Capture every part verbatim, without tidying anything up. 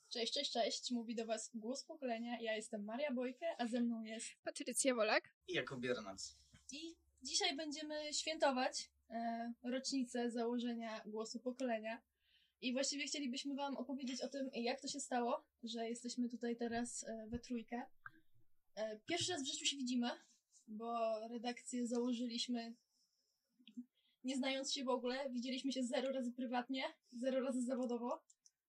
Cześć, cześć, cześć. Mówi do was Głos Pokolenia. Ja jestem Maria Bojkę, a ze mną jest Patrycja Wolak i Jakub Biernac. I dzisiaj będziemy świętować e, rocznicę założenia Głosu Pokolenia. I właściwie chcielibyśmy wam opowiedzieć o tym, jak to się stało, że jesteśmy tutaj teraz e, we trójkę. E, pierwszy raz w życiu się widzimy, bo redakcję założyliśmy nie znając się w ogóle. Widzieliśmy się zero razy prywatnie, zero razy zawodowo.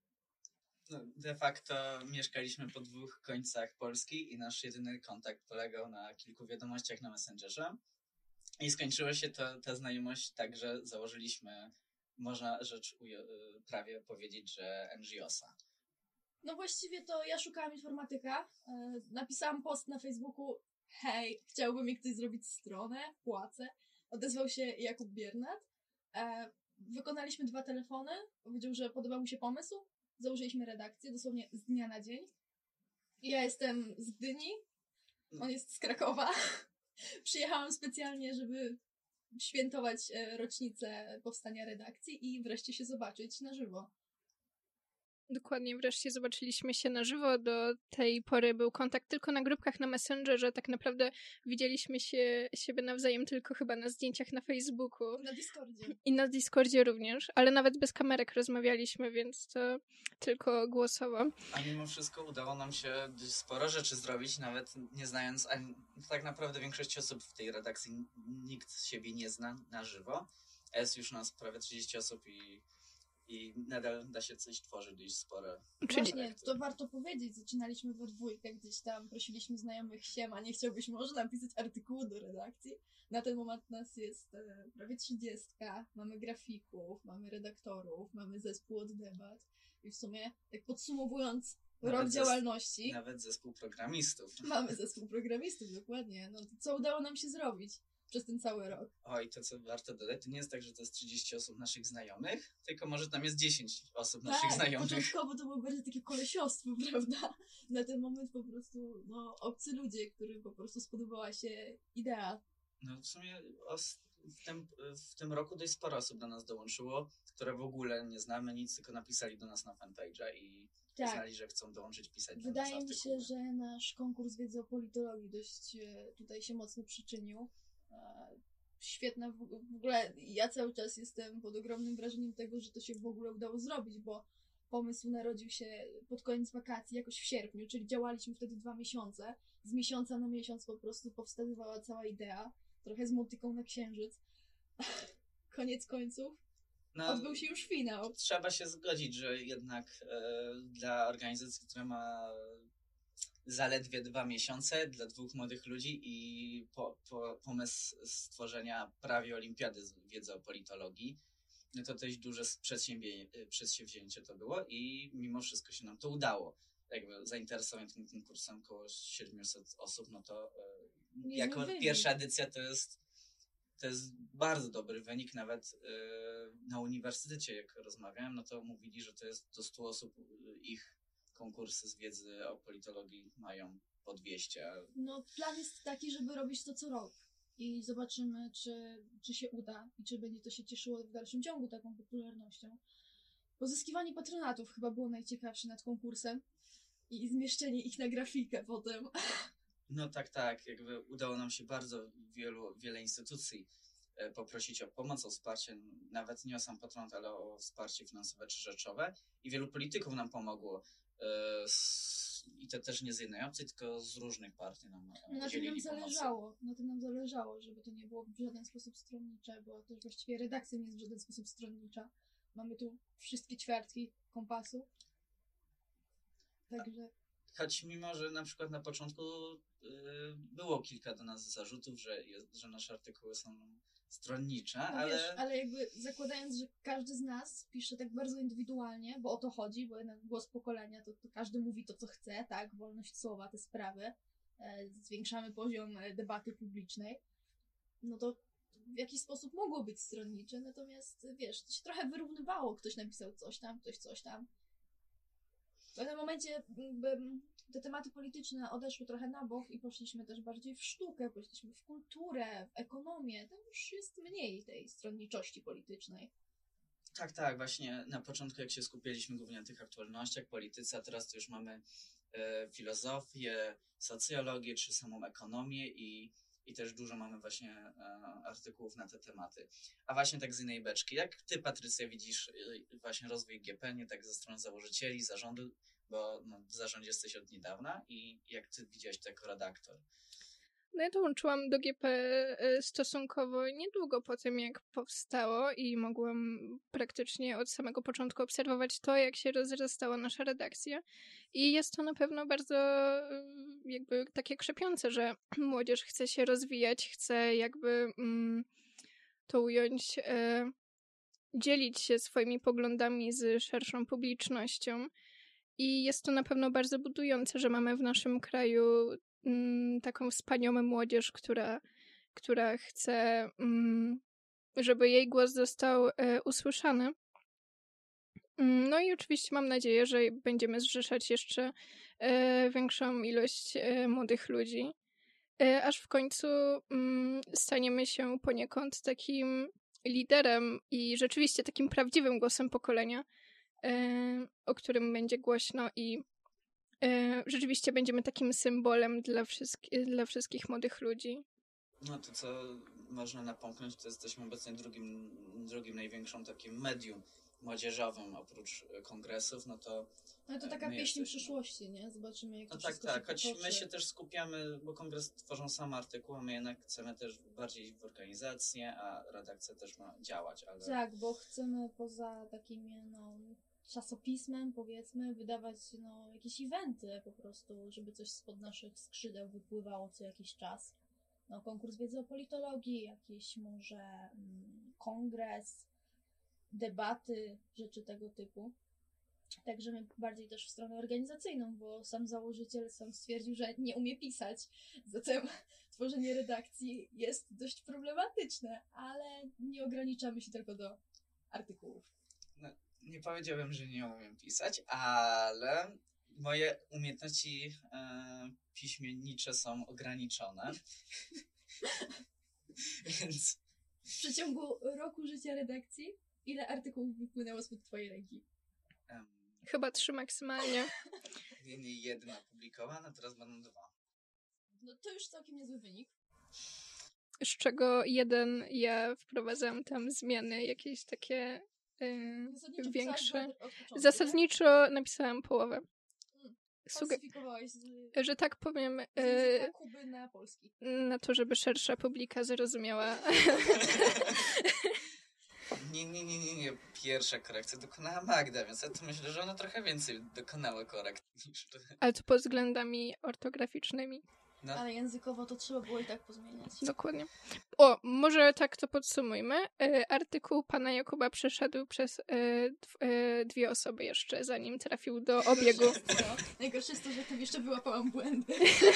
No, de facto mieszkaliśmy po dwóch końcach Polski i nasz jedyny kontakt polegał na kilku wiadomościach na Messengerze. I skończyła się to, ta znajomość tak, że założyliśmy, można rzecz ujo- prawie powiedzieć, że en gie osa. No właściwie to ja szukałam informatyka, e, napisałam post na Facebooku: hej, chciałby mi ktoś zrobić stronę, płacę. Odezwał się Jakub Biernac. E, wykonaliśmy dwa telefony, powiedział, że podobał mu się pomysł. Założyliśmy redakcję dosłownie z dnia na dzień. Ja jestem z Gdyni, on jest z Krakowa. Przyjechałam specjalnie, żeby świętować rocznicę powstania redakcji i wreszcie się zobaczyć na żywo. Dokładnie, wreszcie zobaczyliśmy się na żywo. Do tej pory był kontakt tylko na grupkach na Messengerze. Tak naprawdę widzieliśmy się siebie nawzajem tylko chyba na zdjęciach na Facebooku. Na Discordzie. I na Discordzie również, ale nawet bez kamerek rozmawialiśmy, więc to tylko głosowo. A mimo wszystko udało nam się dość sporo rzeczy zrobić, nawet nie znając, a tak naprawdę większość osób w tej redakcji nikt siebie nie zna na żywo. Jest już nas prawie trzydzieści osób i I nadal da się coś tworzyć dość sporo. Właśnie, to warto powiedzieć. Zaczynaliśmy we dwójkę gdzieś tam, prosiliśmy znajomych: siema, nie chciałbyś może napisać artykułu do redakcji? Na ten moment nas jest e, prawie trzydziestka, mamy grafików, mamy redaktorów, mamy zespół od debat i w sumie, tak podsumowując nawet rok zes- działalności... Nawet zespół programistów. Mamy zespół programistów, dokładnie. No to co udało nam się zrobić przez ten cały rok? O, i to co warto dodać, to nie jest tak, że to jest trzydzieści osób naszych znajomych, tylko może tam jest dziesięć osób naszych tak, znajomych. Początkowo to było bardziej takie kolesiostwo, prawda? Na ten moment po prostu, no, obcy ludzie, którym po prostu spodobała się idea. No w sumie os- w, tym, w tym roku dość sporo osób do nas dołączyło, które w ogóle nie znamy nic, tylko napisali do nas na fanpage'a i tak. Znali, że chcą dołączyć, pisać do Wydaje nas mi artykuły. się, że nasz konkurs wiedzy o politologii dość tutaj się mocno przyczynił. Świetna w ogóle, ja cały czas jestem pod ogromnym wrażeniem tego, że to się w ogóle udało zrobić, bo pomysł narodził się pod koniec wakacji, jakoś w sierpniu, czyli działaliśmy wtedy dwa miesiące. Z miesiąca na miesiąc po prostu powstawała cała idea, trochę z motyką na księżyc. Koniec końców no, odbył się już finał. Trzeba się zgodzić, że jednak e, dla organizacji, która ma zaledwie dwa miesiące, dla dwóch młodych ludzi i po, po, pomysł stworzenia prawie olimpiady z wiedzy o politologii, no to dość duże przedsięwzięcie, przedsięwzięcie to było i mimo wszystko się nam to udało. Jakby zainteresowanych tym konkursem około siedemset osób, no to e, jako wynik. Pierwsza edycja to jest to jest bardzo dobry wynik. Nawet e, na uniwersytecie, jak rozmawiałem, no to mówili, że to jest do stu osób ich konkursy z wiedzy o politologii mają po dwieście. No plan jest taki, żeby robić to co rok i zobaczymy, czy, czy się uda i czy będzie to się cieszyło w dalszym ciągu taką popularnością. Pozyskiwanie patronatów chyba było najciekawsze nad konkursem i zmieszczenie ich na grafikę potem. No tak, tak. Jakby udało nam się bardzo wielu, wiele instytucji poprosić o pomoc, o wsparcie, nawet nie o sam patronat, ale o wsparcie finansowe czy rzeczowe i wielu polityków nam pomogło. I to też nie z jednej opcji, tylko z różnych partii nam Na tym nam zależało, na tym nam zależało, żeby to nie było w żaden sposób stronnicze, bo też właściwie redakcja nie jest w żaden sposób stronnicza. Mamy tu wszystkie ćwiartki kompasu. Także... Choć mimo, że na przykład na początku yy, było kilka do nas zarzutów, że, jest, że nasze artykuły są stronnicze, no ale... Wiesz, ale jakby zakładając, że każdy z nas pisze tak bardzo indywidualnie, bo o to chodzi, bo jednak Głos Pokolenia, to, to każdy mówi to, co chce, tak, wolność słowa, te sprawy, e, zwiększamy poziom debaty publicznej, no to w jakiś sposób mogło być stronnicze, natomiast wiesz, to się trochę wyrównywało, ktoś napisał coś tam, ktoś coś tam. W pewnym momencie te tematy polityczne odeszły trochę na bok i poszliśmy też bardziej w sztukę, poszliśmy w kulturę, w ekonomię. Tam już jest mniej tej stronniczości politycznej. Tak, tak, właśnie na początku jak się skupialiśmy głównie na tych aktualnościach, polityce, a teraz to już mamy e, filozofię, socjologię czy samą ekonomię i, i też dużo mamy właśnie e, artykułów na te tematy. A właśnie tak z innej beczki, jak ty, Patrycja, widzisz e, właśnie rozwój G P, nie tak ze strony założycieli, zarządu, bo no, w zarządzie jesteś od niedawna i jak ty widziałeś to jako redaktor? No ja dołączyłam do G P y, stosunkowo niedługo po tym, jak powstało i mogłam praktycznie od samego początku obserwować to, jak się rozrastała nasza redakcja. I jest to na pewno bardzo y, jakby takie krzepiące, że młodzież chce się rozwijać, chce jakby mm, to ująć, y, dzielić się swoimi poglądami z szerszą publicznością. I jest to na pewno bardzo budujące, że mamy w naszym kraju mm, taką wspaniałą młodzież, która, która chce, mm, żeby jej głos został e, usłyszany. Mm, No i oczywiście mam nadzieję, że będziemy zrzeszać jeszcze e, większą ilość e, młodych ludzi, e, aż w końcu mm, staniemy się poniekąd takim liderem i rzeczywiście takim prawdziwym głosem pokolenia, e, o którym będzie głośno i e, rzeczywiście będziemy takim symbolem dla, wszystki, dla wszystkich młodych ludzi. No to co można napomknąć, to jesteśmy obecnie drugim, drugim największą takim medium młodzieżowym oprócz e, kongresów, no to Ale to taka my pieśń jesteśmy. przyszłości, nie? Zobaczymy, jak to No tak, wszystko tak, się choć potoczy. my się też skupiamy, bo kongres tworzą sam artykuł, a my jednak chcemy też bardziej w organizację, a redakcja też ma działać, ale... Tak, bo chcemy poza takimi, no, czasopismem, powiedzmy, wydawać, no, jakieś eventy po prostu, żeby coś spod naszych skrzydeł wypływało co jakiś czas. No, konkurs wiedzy o politologii, jakiś może mm, kongres, debaty, rzeczy tego typu. Także my bardziej też w stronę organizacyjną, bo sam założyciel sam stwierdził, że nie umie pisać. Zatem tworzenie redakcji jest dość problematyczne, ale nie ograniczamy się tylko do artykułów. No, nie powiedziałbym, że nie umiem pisać, ale moje umiejętności e, piśmiennicze są ograniczone. Więc W przeciągu roku życia redakcji, ile artykułów wypłynęło spod twojej ręki? em, Chyba trzy maksymalnie. nie jedna publikowana, teraz będą dwa. No to już całkiem niezły wynik. Z czego jeden ja wprowadzam tam zmiany, jakieś takie yy, Zasadniczo większe. pisałeś od początku, nie? Zasadniczo napisałam połowę. Mm. Suge- Falsyfikowałeś z, że tak powiem, z języka yy, Kuby na polski. na to, żeby szersza publika zrozumiała. Nie, nie, nie, nie, nie. Pierwsza korekcja dokonała Magda, więc ja to myślę, że ona trochę więcej dokonała korekt niż... Ale to pod względami ortograficznymi. No, Ale językowo to trzeba było i tak pozmieniać. Dokładnie. O, może tak to podsumujmy. E, artykuł pana Jakuba przeszedł przez e, dw, e, dwie osoby jeszcze, zanim trafił do obiegu. No, najgorsze jest to, że tam jeszcze wyłapałam błędy.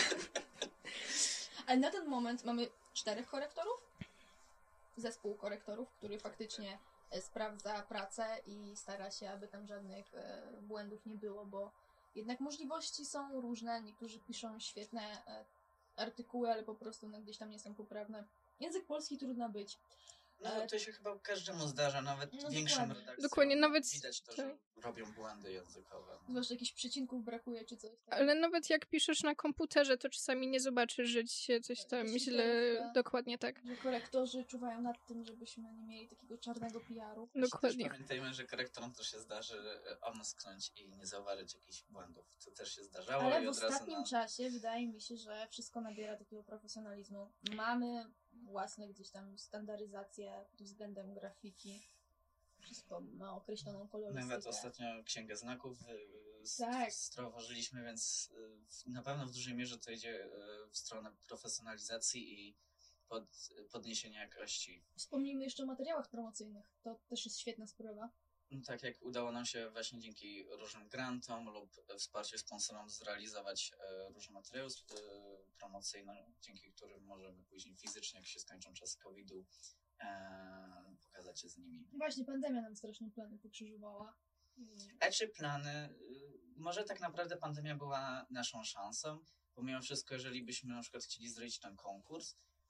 Ale na ten moment mamy czterech korektorów. Zespół korektorów, który faktycznie e, sprawdza pracę i stara się, aby tam żadnych e, błędów nie było, bo jednak możliwości są różne. Niektórzy piszą świetne e, artykuły, ale po prostu no, gdzieś tam nie są poprawne. Język polski trudno być. no to się chyba każdemu zdarza, nawet No, większym dokładnie. redakcjom. Dokładnie, nawet- Widać to, tak. że robią błędy językowe. Zwłaszcza jakichś przecinków brakuje czy coś. Tak. Ale nawet jak piszesz na komputerze, to czasami nie zobaczysz, że ci się coś tam Jakaś źle... literówka. Dokładnie tak. Że korektorzy czuwają nad tym, żebyśmy nie mieli takiego czarnego P R-u. Dokładnie. Też pamiętajmy, że korektorom też się zdarzy omsknąć i nie zauważyć jakichś błędów. To też się zdarzało Ale i w od razu ostatnim na... czasie wydaje mi się, że wszystko nabiera takiego profesjonalizmu. Mamy własne gdzieś tam standaryzację pod względem grafiki. Wszystko ma określoną kolorystykę. Nawet ostatnio Księgę Znaków y, Tak. stworzyliśmy, więc y, na pewno w dużej mierze to idzie y, w stronę profesjonalizacji i pod, podniesienia jakości. Wspomnijmy jeszcze o materiałach promocyjnych. To też jest świetna sprawa. No, tak jak udało nam się właśnie dzięki różnym grantom lub wsparciu sponsorom zrealizować e, różne materiały e, promocyjne, dzięki którym możemy później fizycznie, jak się skończą czasy kowida, e, pokazać się z nimi. Właśnie pandemia nam strasznie plany pokrzyżowała. A czy plany, y, może tak naprawdę pandemia była naszą szansą, bo mimo wszystko, jeżeli byśmy na przykład chcieli zrobić ten konkurs,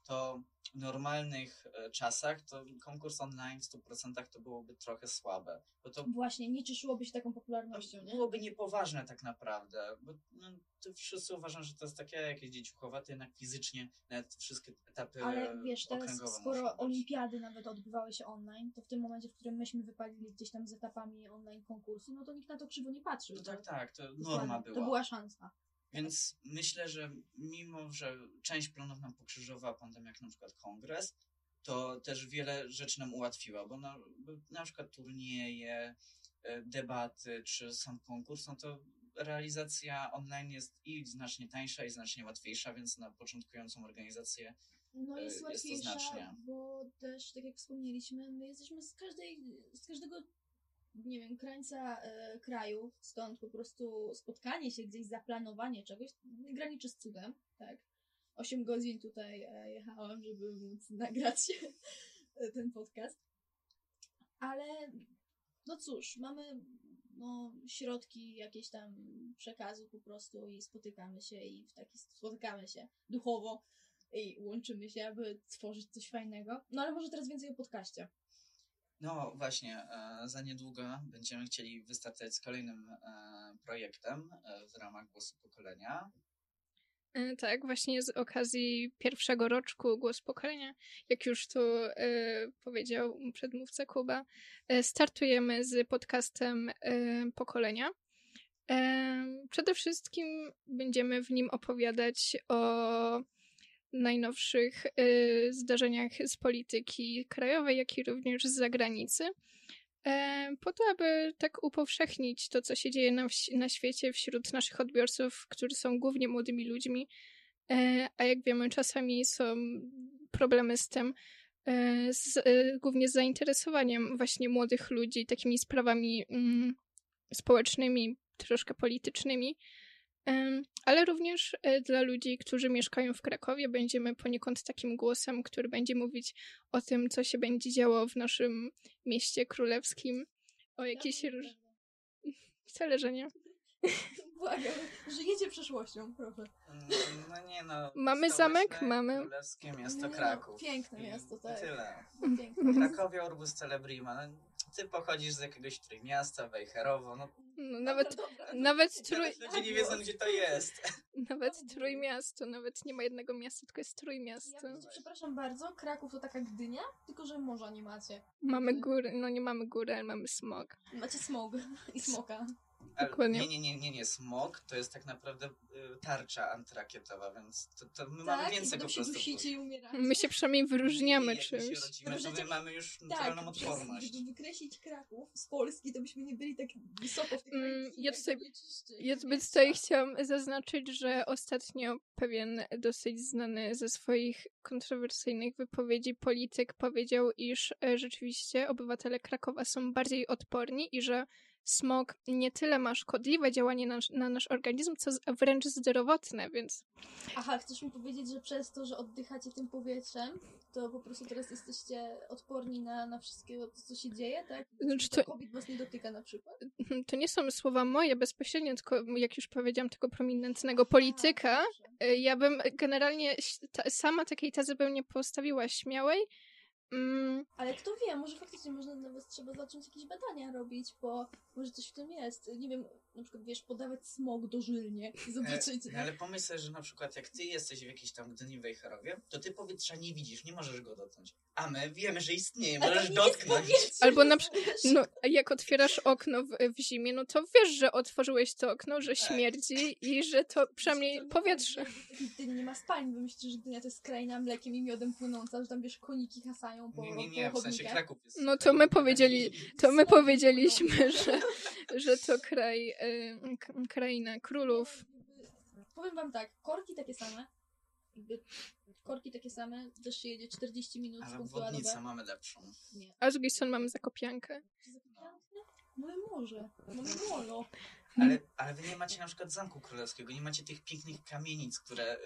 to w normalnych e, czasach to konkurs online w stu procentach to byłoby trochę słabe. Bo to Właśnie, nie cieszyłoby się taką popularnością, nie? byłoby niepoważne tak naprawdę, bo no, to wszyscy uważam, że to jest takie jakieś dzieciuchowate, jednak fizycznie nawet wszystkie etapy Ale wiesz, teraz okręgowe skoro muszą być. olimpiady nawet odbywały się online, to w tym momencie, w którym myśmy wypalili gdzieś tam z etapami online konkursu, no to nikt na to krzywo nie patrzył. No to- tak, tak, to dokładnie, norma była. To była szansa. Więc myślę, że mimo, że część planów nam pokrzyżowała pandemia, jak na przykład kongres, to też wiele rzeczy nam ułatwiła, bo na, bo na przykład turnieje, e, debaty czy sam konkurs, no to realizacja online jest i znacznie tańsza i znacznie łatwiejsza, więc na początkującą organizację No E, jest jest to łatwiejsza, znacznie. bo też, tak jak wspomnieliśmy, my jesteśmy z każdej, z każdego, nie wiem, krańca e, kraju, stąd po prostu spotkanie się gdzieś, zaplanowanie czegoś nie graniczy z cudem, tak? Osiem godzin tutaj e, jechałam, żeby móc nagrać e, ten podcast. Ale no cóż, mamy no, środki jakieś tam przekazu po prostu i spotykamy się i w taki spotykamy się duchowo i łączymy się, aby tworzyć coś fajnego. No ale może teraz więcej o podcaście. No właśnie, e, za niedługo będziemy chcieli wystartować z kolejnym e, projektem e, w ramach Głosu Pokolenia. E, Tak, właśnie z okazji pierwszego roczku Głos Pokolenia, jak już tu e, powiedział przedmówca Kuba, e, startujemy z podcastem e, Pokolenia. E, przede wszystkim będziemy w nim opowiadać o najnowszych e, zdarzeniach z polityki krajowej, jak i również z zagranicy. E, po to, aby tak upowszechnić to, co się dzieje na, wsi- na świecie wśród naszych odbiorców, którzy są głównie młodymi ludźmi, e, a jak wiemy, czasami są problemy z tym, e, z, e, głównie z zainteresowaniem właśnie młodych ludzi takimi sprawami mm, społecznymi, troszkę politycznymi, Em, ale również e, dla ludzi, którzy mieszkają w Krakowie, będziemy poniekąd takim głosem, który będzie mówić o tym, co się będzie działo w naszym mieście królewskim, o jakiejś róż... Wcale, że nie. Błagam, żyjecie przeszłością, proszę. Mm, No nie no. Mamy stołeczne, zamek, mamy- Królewskie miasto No, Kraków. piękne I miasto, tak. Tyle. Piękne. Krakowie, Orbus Celebrima. No, ty pochodzisz z jakiegoś trójmiasta, Wejherowo. No, No, nawet, Dobra, dobra. nawet, trój... nawet ludzie nie wiedzą, gdzie to jest. nawet trójmiasto, nawet nie ma jednego miasta, tylko jest Ja trójmiasto. wiecie, przepraszam bardzo, Kraków to taka Gdynia, tylko że morza nie macie. Mamy góry, no nie mamy góry, ale mamy smog. Macie smog i smoka. Ale Dokładnie. nie, nie, nie, nie, nie. Smog to jest tak naprawdę y, tarcza antyrakietowa, więc to, to my Tak, mamy i więcej potem po się prostu. dusicie i umieracie. My się przynajmniej wyróżniamy Jak my się czymś. rodzimy, to my Możecie- mamy już Tak, naturalną przez- odporność. gdyby wykreślić Kraków z Polski, to byśmy nie byli tak wysoko w tych Mm, rankingach ja tutaj- zanieczyszczeń. Ja zbyt tutaj chciałam zaznaczyć, że ostatnio pewien dosyć znany ze swoich kontrowersyjnych wypowiedzi polityk powiedział, iż e, rzeczywiście obywatele Krakowa są bardziej odporni i że smog nie tyle ma szkodliwe działanie na, na nasz organizm, co z- wręcz zdrowotne, więc Aha, chcesz mi powiedzieć, że przez to, że oddychacie tym powietrzem, to po prostu teraz jesteście odporni na, na wszystkiego, to, co się dzieje, tak? Znaczy To to- COVID was nie dotyka na przykład? to nie są słowa moje bezpośrednio, tylko jak już powiedziałam, tego prominentnego polityka. A, dobrze. E, Ja bym generalnie ś- ta, sama takiej tezy bym nie postawiła śmiałej. Mm, Ale kto wie, może faktycznie można nawet trzeba zacząć jakieś badania robić, bo może coś w tym jest. Nie wiem, na przykład wiesz, podawać smog dożylnie i zobaczyć. E, ale pomyśl sobie, że na przykład jak ty jesteś w jakiejś tam Gdyni Wejherowie, to ty powietrza nie widzisz, nie możesz go dotknąć. A my wiemy, że istnieje, Ale możesz to nie jest dotknąć. powietrze, Albo na rozumiesz? No, a jak otwierasz okno w, w zimie, no to wiesz, że otworzyłeś to okno, że Tak. śmierdzi i że to przynajmniej To nie powietrze. tak, że w Gdyni nie ma spalni, bo myślicie, że Gdynia to jest kraina mlekiem i miodem płynąca, że tam wiesz, koniki hasają po, Nie, nie, nie, po w sensie chodnikach. Kraków jest... No to my powiedzieli, to my Smog. powiedzieliśmy, że, że to kraj, y, k- kraina królów. Powiem wam tak, korki takie same, jakby korki takie same, też się jedzie czterdzieści minut z Ale punktu A do obwodnicę B. mamy lepszą. Nie. A z drugiej strony mamy Zakopiankę. Mamy morze, mamy molo. Ale, ale wy nie macie na przykład Zamku Królewskiego, nie macie tych pięknych kamienic, które...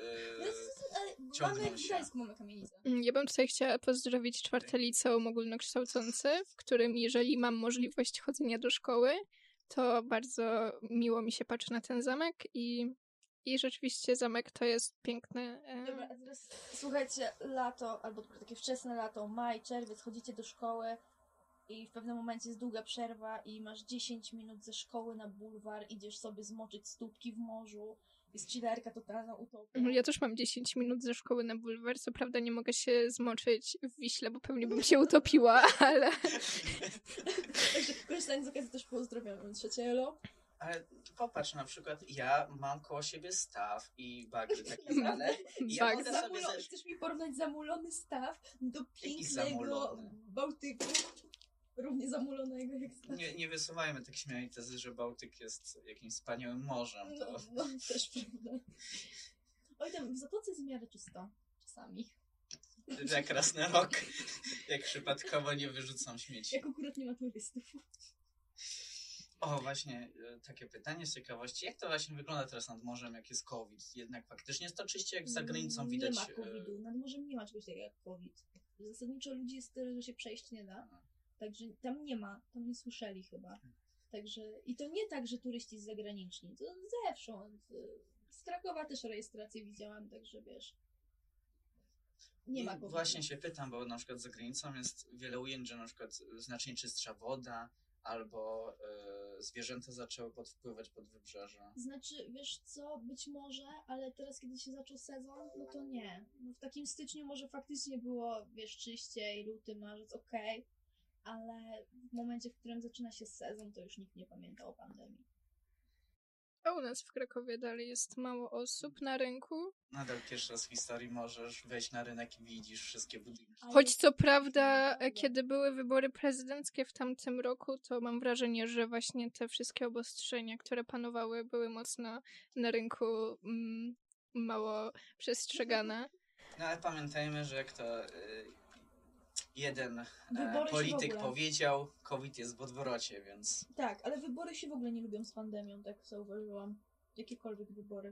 Yy, ciągną Mamy w się. Gdańsku mamy kamienicę. Mm, Ja bym tutaj chciała pozdrowić czwarte liceum ogólnokształcące, w którym jeżeli mam możliwość chodzenia do szkoły, to bardzo miło mi się patrzy na ten zamek i I rzeczywiście zamek to jest piękny. E... Dobra, a teraz słuchajcie, lato, albo takie wczesne lato, maj, czerwiec, chodzicie do szkoły i w pewnym momencie jest długa przerwa i masz dziesięć minut ze szkoły na bulwar, idziesz sobie zmoczyć stópki w morzu, jest chillerka, totalna utopia. Ja też mam dziesięć minut ze szkoły na bulwar, co prawda nie mogę się zmoczyć w Wiśle, bo pewnie bym się utopiła, ale... Także korzystając z okazji też pozdrawiam trzecielo. Ale popatrz, na przykład ja mam koło siebie staw i bagry takie znane. I ja Bag. mogę sobie Zamulo- też... Chcesz mi porównać zamulony staw do pięknego zamulony? Bałtyku? Równie zamulonego jak staw. Nie, nie wysuwajmy tak śmiałej tezy, że Bałtyk jest jakimś wspaniałym morzem. To... No, no, też prawda. Oj, tam w Zatoce jest w miarę czysto. Czasami. Jak raz na rok, jak przypadkowo nie wyrzucam śmieci. Jak akurat nie ma turystów. O, właśnie, e, takie pytanie z ciekawości. Jak to właśnie wygląda teraz nad morzem, jak jest COVID? Jednak faktycznie jest to czyście jak za granicą widać... Nie ma e, covidu. Nad morzem nie ma czegoś takiego jak COVID. Zasadniczo ludzi jest tyle, że się przejść nie da. Także tam nie ma. Tam nie słyszeli chyba. Także... I to nie tak, że turyści z zagraniczni. To zewsząd. Z Krakowa też rejestrację widziałam, także wiesz... Nie I ma covidu. Właśnie się pytam, bo na przykład za granicą jest wiele ujęć, że na przykład znacznie czystsza woda, albo e, zwierzęta zaczęły podwpływać pod wybrzeże. Znaczy, wiesz co, być może, ale teraz, kiedy się zaczął sezon, no to nie. No w takim styczniu może faktycznie było, wiesz, czyściej, luty, marzec, okej, ale w momencie, w którym zaczyna się sezon, to już nikt nie pamięta o pandemii. A u nas w Krakowie dalej jest mało osób na rynku. Nadal pierwszy raz w historii możesz wejść na rynek i widzisz wszystkie budynki. Choć co prawda, kiedy były wybory prezydenckie w tamtym roku, to mam wrażenie, że właśnie te wszystkie obostrzenia, które panowały, były mocno na rynku mm, mało przestrzegane. No ale pamiętajmy, że jak to y, jeden e, Wybory się w polityk ogóle- powiedział, COVID jest w odwrocie, więc Tak, ale wybory się w ogóle nie lubią z pandemią, tak zauważyłam. Jakiekolwiek wybory.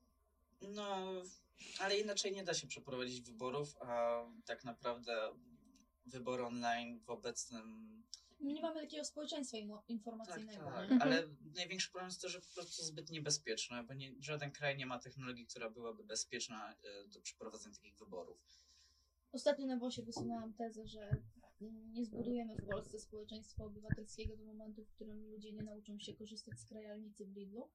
no, ale inaczej nie da się przeprowadzić wyborów, a tak naprawdę wybory online w obecnym... My nie mamy takiego społeczeństwa ino- Tak, informacyjnego. tak, nie? ale największy problem jest to, że po prostu zbyt niebezpieczne, bo nie, żaden kraj nie ma technologii, która byłaby bezpieczna e, do przeprowadzenia takich wyborów. Ostatnio na WOSie wysunęłam tezę, że nie zbudujemy w Polsce społeczeństwa obywatelskiego do momentu, w którym ludzie nie nauczą się korzystać z krajalnicy w Lidlu,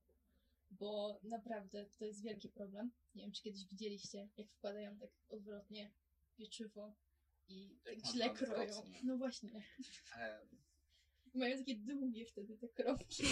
bo naprawdę to jest wielki problem. Nie wiem, czy kiedyś widzieliście, jak wkładają tak odwrotnie pieczywo i Jak tak źle można kroją. odwrotnie. No właśnie. E, Mają takie długie wtedy te kropki.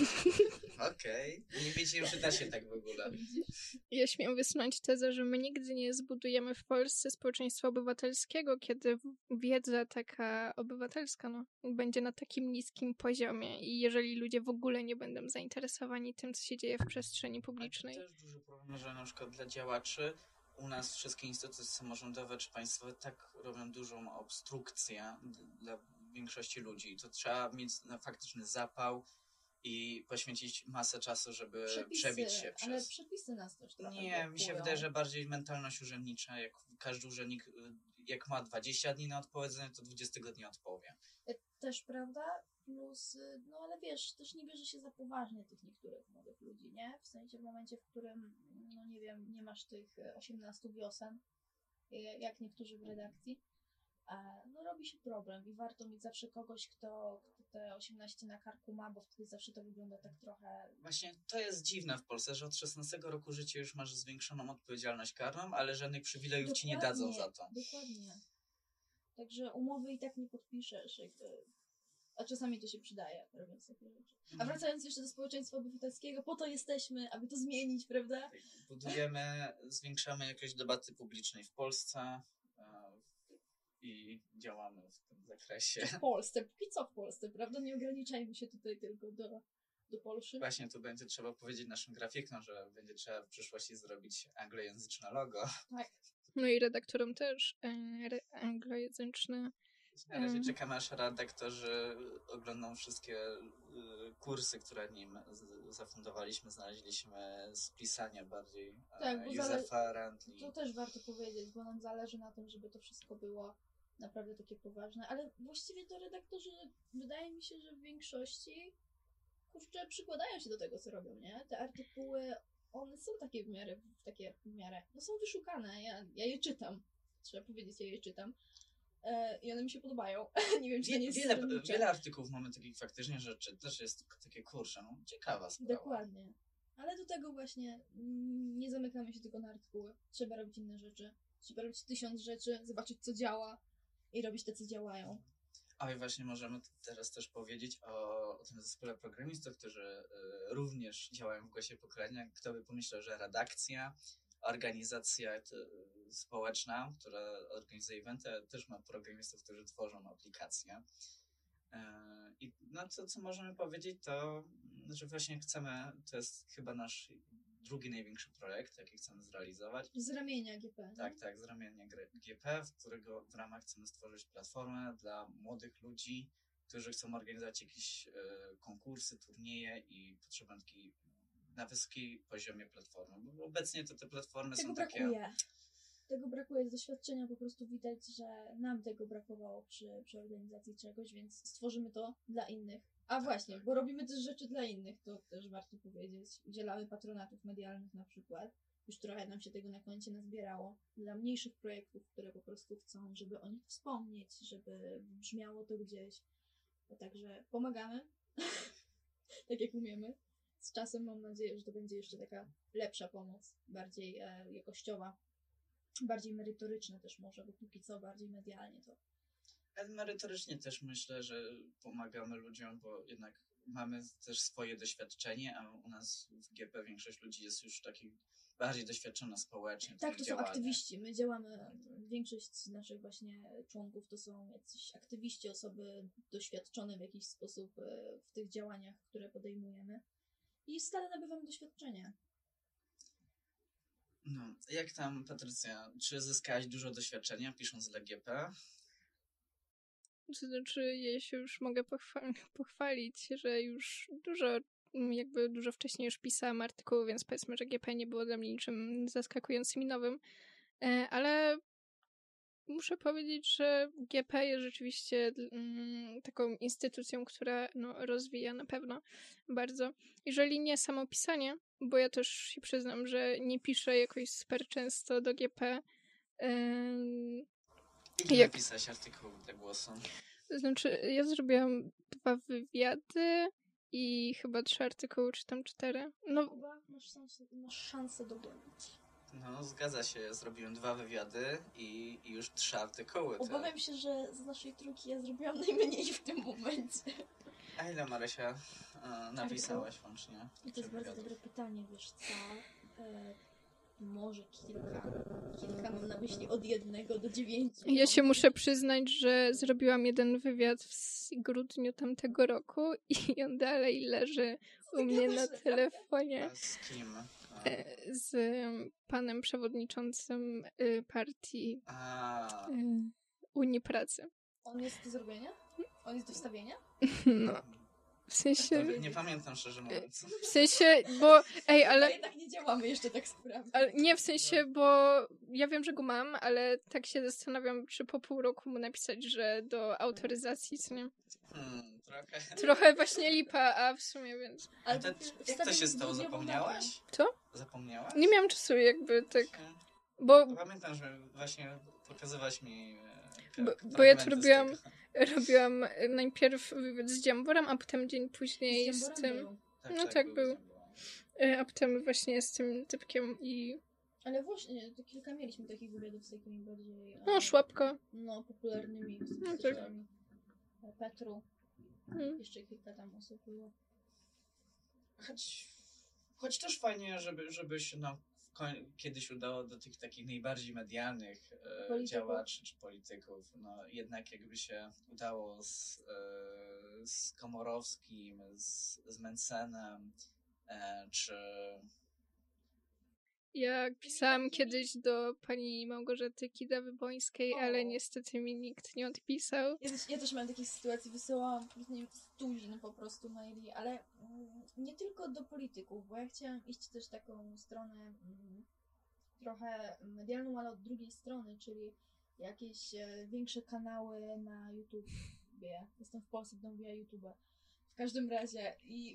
Okej, nie wiedziałem, że da się tak w ogóle. Ja śmiem wysunąć tezę, że my nigdy nie zbudujemy w Polsce społeczeństwa obywatelskiego, kiedy w- wiedza taka obywatelska no, będzie na takim niskim poziomie i jeżeli ludzie w ogóle nie będą zainteresowani tym, co się dzieje w przestrzeni Ale to publicznej. też duży problem, że na przykład dla działaczy u nas wszystkie instytucje samorządowe czy państwowe tak robią dużą obstrukcję d- dla większości ludzi. To trzeba mieć na faktyczny zapał i poświęcić masę czasu, żeby przebić się ale przez... przepisy nas też trochę Nie, mi się blokują. wydaje, że bardziej mentalność urzędnicza. Jak każdy urzędnik, y, jak ma dwadzieścia dni na odpowiedzenie, to dwudziestego dnia odpowie. Też prawda, plus, y, no ale wiesz, też nie bierze się za poważnie tych niektórych młodych ludzi, nie? W sensie w momencie, w którym, no nie wiem, nie masz tych e, osiemnastu wiosen, y, jak niektórzy w redakcji, e, no robi się problem i warto mieć zawsze kogoś, kto, kto te osiemnaście na karku ma, bo wtedy zawsze to wygląda tak trochę... Właśnie to jest dziwne w Polsce, że od szesnastego roku życia już masz zwiększoną odpowiedzialność karną, ale żadnych przywilejów ci nie dadzą Dokładnie, za to. Dokładnie. Także umowy i tak nie podpiszesz, jakby... A czasami to się przydaje, robiąc takie rzeczy. A Mhm. wracając jeszcze do społeczeństwa obywatelskiego, po to jesteśmy, aby to zmienić, prawda? Budujemy, zwiększamy jakość debaty publicznej w Polsce e, i działamy w tym zakresie. W Polsce, póki co w Polsce, prawda? Nie ograniczajmy się tutaj tylko do, do Polszy. Właśnie tu będzie trzeba powiedzieć naszym grafikom, że będzie trzeba w przyszłości zrobić anglojęzyczne logo. Tak. No i redaktorom też e, re- anglojęzyczne. Na razie Mhm. czekamy, aż redaktorzy oglądną wszystkie y, kursy, które nim z- zafundowaliśmy, znaleźliśmy z pisania bardziej e, Tak, bo Józefa Randli. To też warto powiedzieć, bo nam zależy na tym, żeby to wszystko było naprawdę takie poważne, ale właściwie to redaktorzy, wydaje mi się, że w większości kurczę, przykładają się do tego, co robią, nie? Te artykuły, one są takie w miarę, takie w miarę, no są wyszukane, ja, ja je czytam, trzeba powiedzieć, ja je czytam e, i one mi się podobają. Nie wiem, czy to nie jest wiele, stronnicze. wiele artykułów mamy takich faktycznie, że czytasz, jest takie kurczę, no ciekawa sprawa. Dokładnie. Ale do tego właśnie mm, nie zamykamy się tylko na artykuły. Trzeba robić inne rzeczy. Trzeba robić tysiąc rzeczy, zobaczyć co działa i robić te, co działają. A i właśnie możemy teraz też powiedzieć o, o tym zespole programistów, którzy y, również działają w Głosie Pokolenia. Kto by pomyślał, że redakcja, organizacja y, społeczna, która organizuje eventy, też ma programistów, którzy tworzą aplikacje. Y, I no to, co możemy powiedzieć, to, że właśnie chcemy, to jest chyba nasz drugi największy projekt, jaki chcemy zrealizować. Z ramienia G P. Tak, tak, z ramienia G P, w którego w ramach chcemy stworzyć platformę dla młodych ludzi, którzy chcą organizować jakieś e, konkursy, turnieje i potrzebują takiej na wysokiej poziomie platformy. Bo obecnie to te platformy Tego są brakuje. takie... Tego brakuje. Z doświadczenia po prostu widać, że nam tego brakowało przy, przy organizacji czegoś, więc stworzymy to dla innych. A Tak, właśnie, tak. bo robimy też rzeczy dla innych, to też warto powiedzieć. Udzielamy patronatów medialnych na przykład. Już trochę nam się tego na koncie nazbierało. Dla mniejszych projektów, które po prostu chcą, żeby o nich wspomnieć, żeby brzmiało to gdzieś. A także pomagamy, tak jak umiemy. Z czasem mam nadzieję, że to będzie jeszcze taka lepsza pomoc, bardziej e, jakościowa, bardziej merytoryczna też może, bo póki co bardziej medialnie to. Ale merytorycznie też myślę, że pomagamy ludziom, bo jednak mamy też swoje doświadczenie, a u nas w G P większość ludzi jest już takich bardziej doświadczona społecznie. w Tak, tych to są działaniach. aktywiści. My działamy, większość z naszych właśnie członków to są jacyś aktywiści, osoby doświadczone w jakiś sposób e, w tych działaniach, które podejmujemy. I stale nabywamy doświadczenie. No, jak tam, Patrycja, czy zyskałaś dużo doświadczenia pisząc dla G P? To znaczy, ja się już mogę pochwa- pochwalić, że już dużo, jakby dużo wcześniej już pisałam artykuły, więc powiedzmy, że G P nie było dla mnie niczym zaskakującym i nowym. E, ale muszę powiedzieć, że G P jest rzeczywiście mm, taką instytucją, która no, rozwija na pewno bardzo. Jeżeli nie samo pisanie, bo ja też się przyznam, że nie piszę jakoś super często do G P. Ym, Ile Jak- napisałeś artykułów dla Głosu? To znaczy, ja zrobiłam dwa wywiady i chyba trzy artykuły, czy tam cztery. No, Kuba, masz szansę, masz szansę dogonić. No, zgadza się. Zrobiłem dwa wywiady i, i już trzy artykuły. To... Obawiam się, że z naszej trójki ja zrobiłam najmniej w tym momencie. A ile, Marysia, e, napisałaś łącznie? I to jest bardzo dobre pytanie, wiesz co? E, może kilka. Kilka mam na myśli od jednego do dziewięciu. ja się muszę przyznać, że zrobiłam jeden wywiad w grudniu tamtego roku i on dalej leży u mnie na telefonie A z kim? A, e, z panem przewodniczącym y, partii a y, Unii Pracy. On jest do zrobienia? On jest do wstawienia? No, w to sensie... nie pamiętam, szczerze mówiąc. W sensie, bo... Ej, Ale ale... jednak nie działamy jeszcze tak sprawnie. Ale nie, w sensie, bo ja wiem, że go mam, ale tak się zastanawiam, czy po pół roku mu napisać, że do autoryzacji, co nie? Hmm, trochę. Trochę właśnie lipa, a w sumie więc... Ale To, po- jak to wstawienie się z stało? dwudniową Zapomniałaś? Co? Zapomniałaś? Nie miałam czasu jakby tak, Hmm. bo Pamiętam, że właśnie pokazywałaś mi e, Bo- fragmenty bo ja to z tego. robiłam- robiłam najpierw wywiad z Dziamborem, a potem dzień później Z z Dziamborem tym... był. No tak był. A potem właśnie z tym typkiem i... Ale właśnie, to kilka mieliśmy takich wywiadów z takimi bardziej... e, No, Szłapka. No, popularnymi No tak. osobami. E, Petru. Mm. Jeszcze kilka tam osób było. Choć, choć też fajnie, żeby, żeby się nam w koń- kiedyś udało do tych takich najbardziej medialnych e, Polityków. działaczy czy polityków. No jednak jakby się udało z, e, z Komorowskim, z, z Mencenem, e, czy Ja pisałam kiedyś do pani Małgorzaty Kidawy-Bońskiej, O. ale niestety mi nikt nie odpisał. Ja też, ja też miałam takich sytuacji, wysyłałam później stuzin po prostu maili, ale mm, nie tylko do polityków, bo ja chciałam iść też taką stronę mm, trochę medialną, ale od drugiej strony, czyli jakieś e, większe kanały na YouTubie. Jestem w Polsce, będę mówiła YouTube. W każdym razie i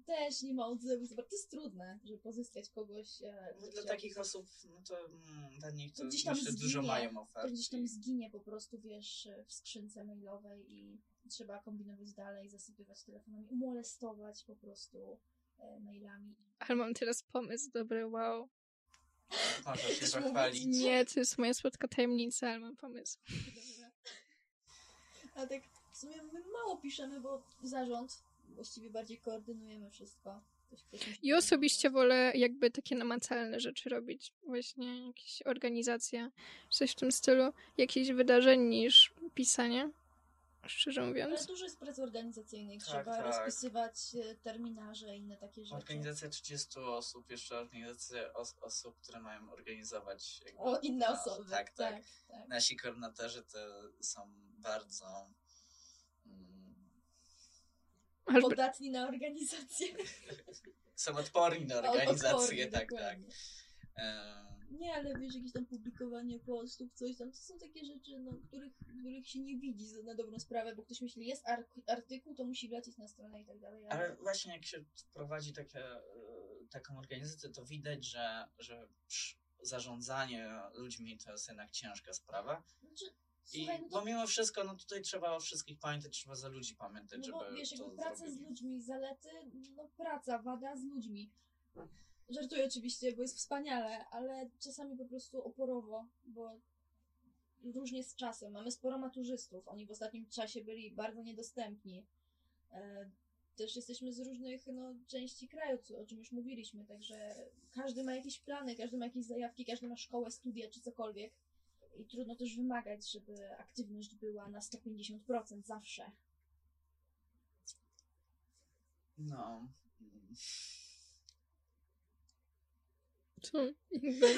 też nie ma odzewu. To jest trudne, żeby pozyskać kogoś. E, No, dla takich osób, no to mm, dla nich to, to gdzieś tam myślę, zginie, dużo mają ofert. To gdzieś tam zginie po prostu, wiesz, w skrzynce mailowej i trzeba kombinować dalej, zasypywać telefonami, molestować po prostu e, mailami. Ale mam teraz pomysł, dobry, wow. Możesz się Chcesz pochwalić. Nie, to jest moja słodka tajemnica, ale mam pomysł. Dobra. A tak w sumie my mało piszemy, bo zarząd właściwie bardziej koordynujemy wszystko. Ktoś, ktoś musi I osobiście wolę jakby takie namacalne rzeczy robić. Właśnie jakieś organizacje, coś w tym stylu, jakieś wydarzeń niż pisanie. Szczerze Ale mówiąc. dużo jest pracy organizacyjnej. Tak, Trzeba tak. rozpisywać e, terminarze i inne takie rzeczy. Organizacja trzydziestu osób, jeszcze organizacja os- osób, które mają organizować. Jakby O, inne nas. osoby. Tak, tak. tak, tak. Nasi koordynatorzy to są bardzo mm, Aż by... Podatni na organizację. są odporni na Odporni, organizację, tak, tak. dokładnie. Em, Nie, ale wiesz, jakieś tam publikowanie postów, coś tam, to są takie rzeczy, no, których, których się nie widzi za- na dobrą sprawę, bo ktoś myśli, jest ar- artykuł, to musi wlecieć na stronę i tak dalej. Ale właśnie jak się wprowadzi takie, e, taką organizację, to widać, że, że przy- zarządzanie ludźmi to jest jednak ciężka sprawa. Znaczy, I słuchaj, no bo to, mimo wszystko, no tutaj trzeba o wszystkich pamiętać, trzeba za ludzi pamiętać, no żeby bo wiesz, to jakby praca zrobili. z ludźmi, zalety, no praca, wada z ludźmi. Żartuję oczywiście, bo jest wspaniale, ale czasami po prostu oporowo, bo różnie z czasem. Mamy sporo maturzystów, oni w ostatnim czasie byli bardzo niedostępni. E, też jesteśmy z różnych no, części kraju, co, o czym już mówiliśmy, także każdy ma jakieś plany, każdy ma jakieś zajawki, każdy ma szkołę, studia czy cokolwiek. I trudno też wymagać, żeby aktywność była na sto pięćdziesiąt procent zawsze. No. Co? Jakby...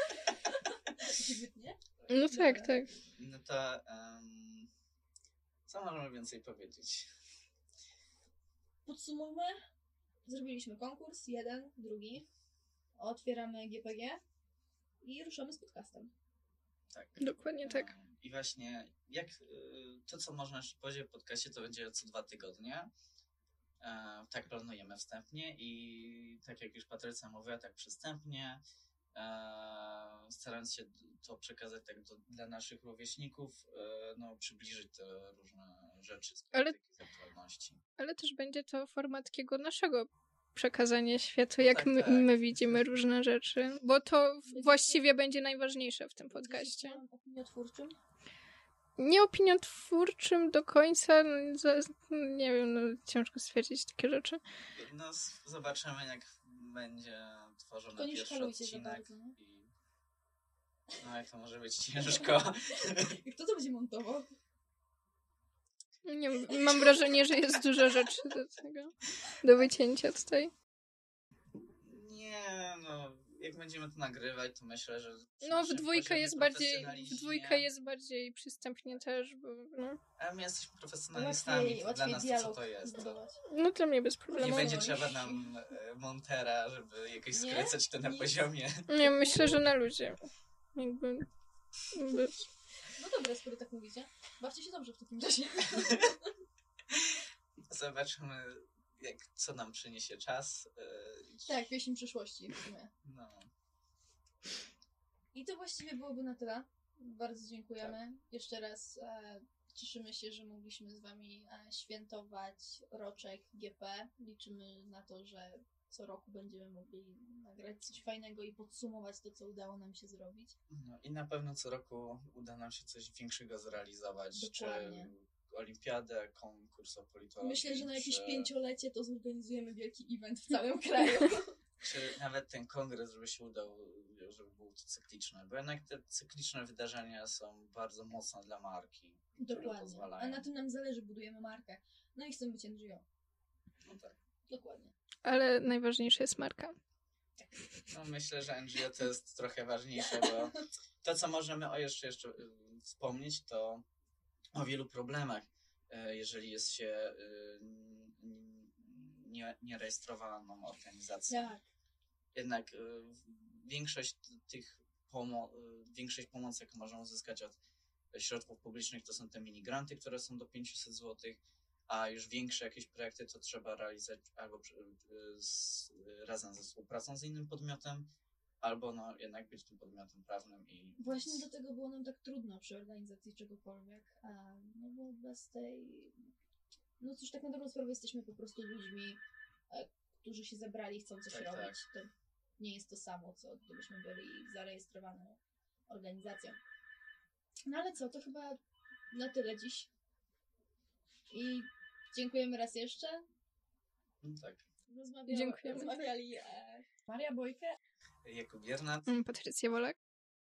Nie? No tak, tak. No to em, co możemy więcej powiedzieć? Podsumujmy. Zrobiliśmy konkurs, jeden, drugi. Otwieramy G P G i ruszamy z podcastem. Tak. Dokładnie tak. Em, I właśnie jak y, to, co można jeszcze powiedzieć w podcaście, to będzie co dwa tygodnie. E, tak planujemy wstępnie i tak jak już Patrycja mówiła, tak przystępnie, e, starając się to przekazać tak do, dla naszych rówieśników, e, no przybliżyć te różne rzeczy z Ale- takich aktualności. Ale też będzie to format takiego naszego przekazania światu, jak tak, my, tak. my widzimy różne rzeczy. Bo to w- właściwie będzie najważniejsze w tym podcaście. Będziecie opiniotwórczym? Nie opiniotwórczym do końca, no, za- nie wiem, no, ciężko stwierdzić takie rzeczy. No z- zobaczymy, jak będzie tworzony To nie pierwszy szkalujcie za odcinek bardzo, no. i no jak to może być ciężko. I kto to będzie montował? Nie, wiem, mam wrażenie, że jest dużo rzeczy do tego, do wycięcia tutaj. Nie, no jak będziemy to nagrywać, to myślę, że przy No, w naszym dwójkę poziomie jest bardziej, w profesjonalizmie- dwójkę jest bardziej przystępnie też, bo no, Ale my jesteśmy profesjonalistami, Łatwiej, to dla łatwiej nas to co dialog to jest. To zbudować. no dla mnie bez nie problemu. będzie no, trzeba już- nam e, montera, żeby jakoś Nie? skręcać to na Nic. poziomie. Nie, myślę, że na ludzie. Jakby, jakby No dobra, skoro tak mówicie. Bawcie się dobrze w takim razie. Zobaczymy, jak, co nam przyniesie czas. e, i- Tak, pieśń przyszłości w sumie. No. I to właściwie byłoby na tyle. Bardzo dziękujemy. Jeszcze raz e, cieszymy się, że mogliśmy z wami e, świętować roczek G P. Liczymy na to, że co roku będziemy mogli nagrać coś fajnego i podsumować to, co udało nam się zrobić. No i na pewno co roku uda nam się coś większego zrealizować. Dokładnie. Czy olimpiadę, konkurs o politologii. Myślę, że na jakieś czy, pięciolecie to zorganizujemy wielki event w całym kraju. czy nawet ten kongres, żeby się udał, żeby był to cykliczny. Bo jednak te cykliczne wydarzenia są bardzo mocne dla marki. które Dokładnie. pozwalają. A na tym nam zależy, budujemy markę. No i chcemy być N G O. No tak. Dokładnie. ale najważniejsza jest marka. No myślę, że N G O to jest trochę ważniejsze, bo to, co możemy o jeszcze, jeszcze y, wspomnieć, to o wielu problemach, y, jeżeli jest się y, n- nie, nierejestrowaną organizacją. Tak. Jednak y, większość tych pomo- y, większość pomocy, jaką można uzyskać od środków publicznych, to są te minigranty, które są do pięćset złotych, a już większe jakieś projekty to trzeba realizować albo przy, z, razem ze współpracą z innym podmiotem, albo no jednak być tym podmiotem prawnym i... Właśnie dlatego było nam tak trudno przy organizacji czegokolwiek, a, no bo bez tej... No cóż, tak na dobrą sprawę jesteśmy po prostu ludźmi, e, którzy się zebrali i chcą coś Tak, robić. tak. To nie jest to samo, co gdybyśmy byli zarejestrowaną organizacją. No ale co, to chyba na tyle dziś. I dziękujemy raz jeszcze. No tak. Rozmawiali, Dziękujemy. rozmawiali e, Maria Bojkę Jakub Biernat. Mm, Patrycja Wolak.